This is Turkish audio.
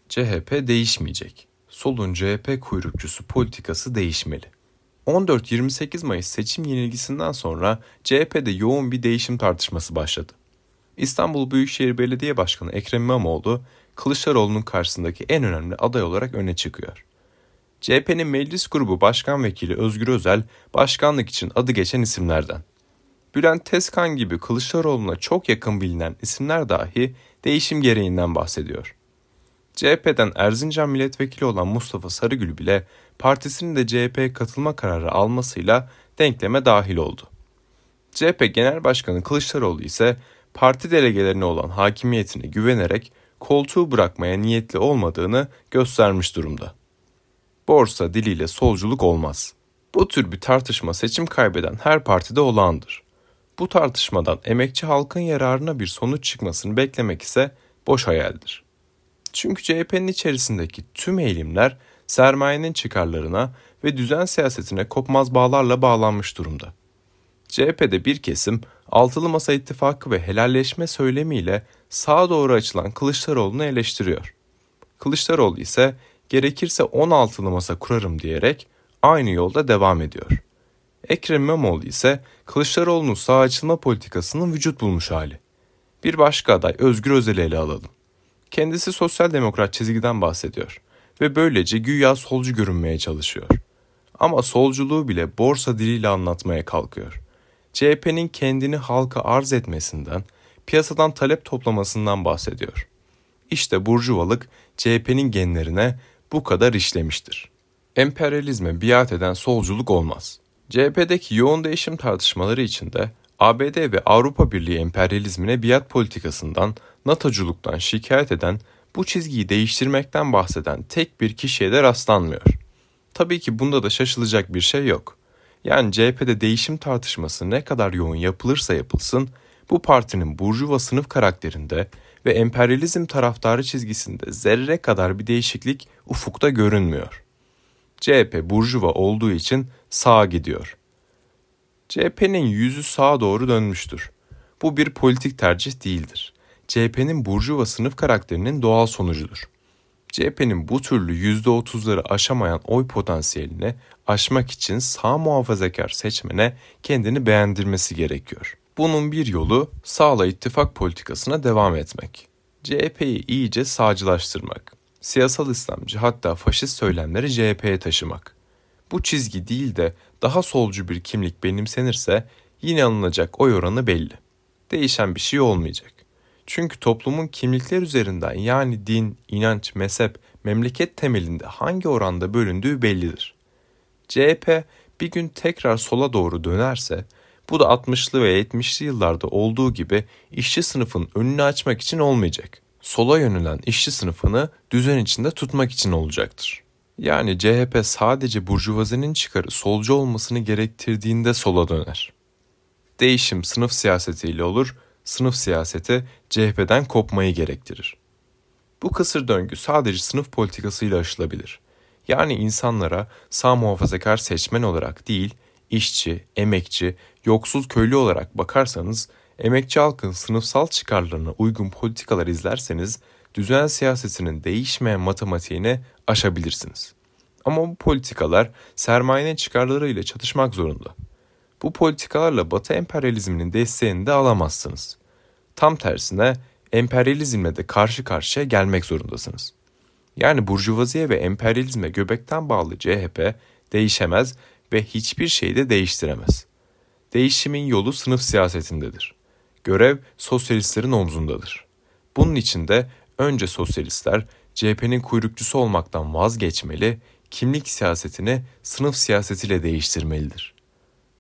CHP değişmeyecek. Solun CHP kuyrukçusu politikası değişmeli. 14-28 Mayıs seçim yenilgisinden sonra CHP'de yoğun bir değişim tartışması başladı. İstanbul Büyükşehir Belediye Başkanı Ekrem İmamoğlu, Kılıçdaroğlu'nun karşısındaki en önemli aday olarak öne çıkıyor. CHP'nin meclis grubu başkan vekili Özgür Özel, başkanlık için adı geçen isimlerden. Bülent Tezkan gibi Kılıçdaroğlu'na çok yakın bilinen isimler dahi değişim gereğinden bahsediyor. CHP'den Erzincan milletvekili olan Mustafa Sarıgül bile partisinin de CHP'ye katılma kararı almasıyla denkleme dahil oldu. CHP Genel Başkanı Kılıçdaroğlu ise parti delegelerine olan hakimiyetine güvenerek koltuğu bırakmaya niyetli olmadığını göstermiş durumda. Borsa diliyle solculuk olmaz. Bu tür bir tartışma seçim kaybeden her partide olağandır. Bu tartışmadan emekçi halkın yararına bir sonuç çıkmasını beklemek ise boş hayaldir. Çünkü CHP'nin içerisindeki tüm eğilimler sermayenin çıkarlarına ve düzen siyasetine kopmaz bağlarla bağlanmış durumda. CHP'de bir kesim Altılı Masa İttifakı ve helalleşme söylemiyle sağa doğru açılan Kılıçdaroğlu'nu eleştiriyor. Kılıçdaroğlu ise gerekirse 16'lı masa kurarım diyerek aynı yolda devam ediyor. Ekrem İmamoğlu ise Kılıçdaroğlu'nun sağ açılma politikasının vücut bulmuş hali. Bir başka aday Özgür Özel'i ele alalım. Kendisi sosyal demokrat çizgiden bahsediyor ve böylece güya solcu görünmeye çalışıyor. Ama solculuğu bile borsa diliyle anlatmaya kalkıyor. CHP'nin kendini halka arz etmesinden, piyasadan talep toplamasından bahsediyor. İşte burjuvalık CHP'nin genlerine bu kadar işlemiştir. Emperyalizme biat eden solculuk olmaz. CHP'deki yoğun değişim tartışmaları içinde ABD ve Avrupa Birliği emperyalizmine biat politikasından, NATO'culuktan şikayet eden, bu çizgiyi değiştirmekten bahseden tek bir kişiye de rastlanmıyor. Tabii ki bunda da şaşılacak bir şey yok. Yani CHP'de değişim tartışması ne kadar yoğun yapılırsa yapılsın, bu partinin burjuva sınıf karakterinde ve emperyalizm taraftarı çizgisinde zerre kadar bir değişiklik ufukta görünmüyor. CHP burjuva olduğu için sağa gidiyor. CHP'nin yüzü sağa doğru dönmüştür. Bu bir politik tercih değildir. CHP'nin burjuva sınıf karakterinin doğal sonucudur. CHP'nin bu türlü %30'ları aşamayan oy potansiyelini aşmak için sağ muhafazakar seçmene kendini beğendirmesi gerekiyor. Bunun bir yolu sağla ittifak politikasına devam etmek. CHP'yi iyice sağcılaştırmak. Siyasal İslamcı hatta faşist söylemleri CHP'ye taşımak. Bu çizgi değil de daha solcu bir kimlik benimsenirse yine alınacak oy oranı belli. Değişen bir şey olmayacak. Çünkü toplumun kimlikler üzerinden yani din, inanç, mezhep, memleket temelinde hangi oranda bölündüğü bellidir. CHP bir gün tekrar sola doğru dönerse bu da 60'lı ve 70'li yıllarda olduğu gibi işçi sınıfın önünü açmak için olmayacak. Sola yönelen işçi sınıfını düzen içinde tutmak için olacaktır. Yani CHP sadece burjuvazinin çıkarı solcu olmasını gerektirdiğinde sola döner. Değişim sınıf siyasetiyle olur, sınıf siyaseti CHP'den kopmayı gerektirir. Bu kısır döngü sadece sınıf politikasıyla aşılabilir. Yani insanlara sağ muhafazakar seçmen olarak değil, işçi, emekçi, yoksul köylü olarak bakarsanız, emekçi halkın sınıfsal çıkarlarına uygun politikalar izlerseniz, düzen siyasetinin değişmeyen matematiğini aşabilirsiniz. Ama bu politikalar sermayenin çıkarlarıyla çatışmak zorunda. Bu politikalarla Batı emperyalizminin desteğini de alamazsınız. Tam tersine emperyalizmle de karşı karşıya gelmek zorundasınız. Yani burjuvaziye ve emperyalizme göbekten bağlı CHP değişemez ve hiçbir şeyi de değiştiremez. Değişimin yolu sınıf siyasetindedir. Görev sosyalistlerin omzundadır. Bunun için de önce sosyalistler CHP'nin kuyrukçusu olmaktan vazgeçmeli, kimlik siyasetini sınıf siyasetiyle değiştirmelidir.